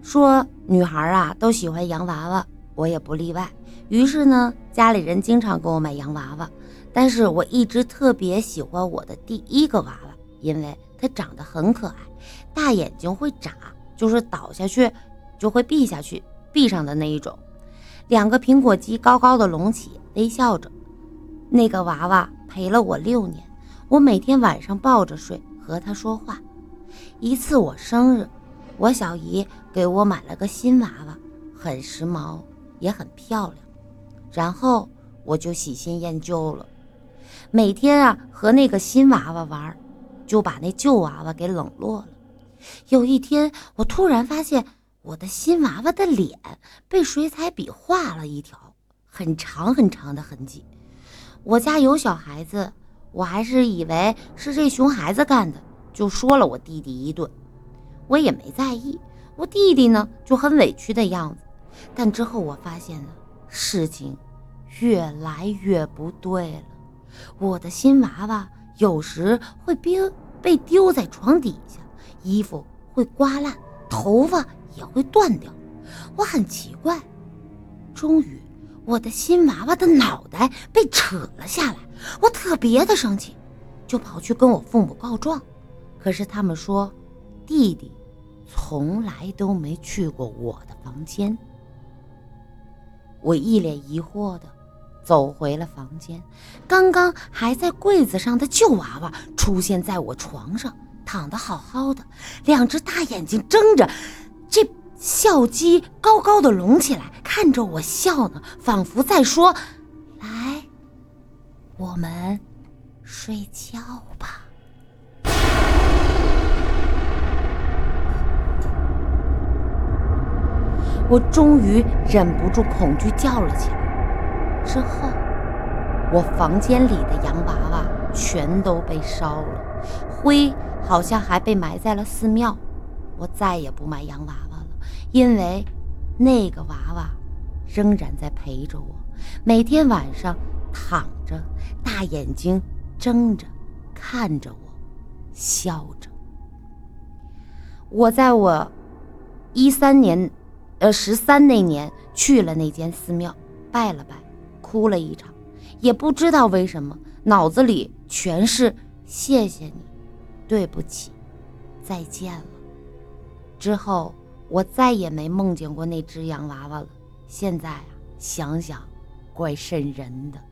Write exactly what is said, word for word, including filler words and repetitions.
说女孩啊都喜欢洋娃娃，我也不例外。于是呢，家里人经常给我买洋娃娃，但是我一直特别喜欢我的第一个娃娃，因为它长得很可爱，大眼睛会眨，就是倒下去就会闭下去，闭上的那一种，两个苹果肌高高的隆起，微笑着。那个娃娃陪了我六年，我每天晚上抱着睡，和他说话。一次我生日，我小姨给我买了个新娃娃，很时髦，也很漂亮。然后我就喜新厌旧了，每天啊和那个新娃娃玩，就把那旧娃娃给冷落了。有一天，我突然发现我的新娃娃的脸被水彩笔画了一条很长很长的痕迹。我家有小孩子，我还是以为是这熊孩子干的，就说了我弟弟一顿。我也没在意，我弟弟呢就很委屈的样子。但之后我发现了事情越来越不对了，我的新娃娃有时会被丢在床底下，衣服会刮烂，头发也会断掉。我很奇怪，终于我的新娃娃的脑袋被扯了下来，我特别的生气，就跑去跟我父母告状。可是他们说弟弟从来都没去过我的房间。我一脸疑惑的走回了房间，刚刚还在柜子上的旧娃娃出现在我床上，躺得好好的，两只大眼睛睁着，这笑肌高高的隆起来，看着我笑呢，仿佛在说：来，我们睡觉吧。我终于忍不住恐惧叫了起来。之后我房间里的洋娃娃全都被烧了，灰好像还被埋在了寺庙。我再也不买洋娃娃了，因为那个娃娃仍然在陪着我，每天晚上躺着，大眼睛睁着，看着我，笑着。我在我一三年呃，十三那年去了那间寺庙，拜了拜，哭了一场，也不知道为什么，脑子里全是谢谢你，对不起，再见了。之后我再也没梦见过那只洋娃娃了。现在啊，想想怪瘆人的。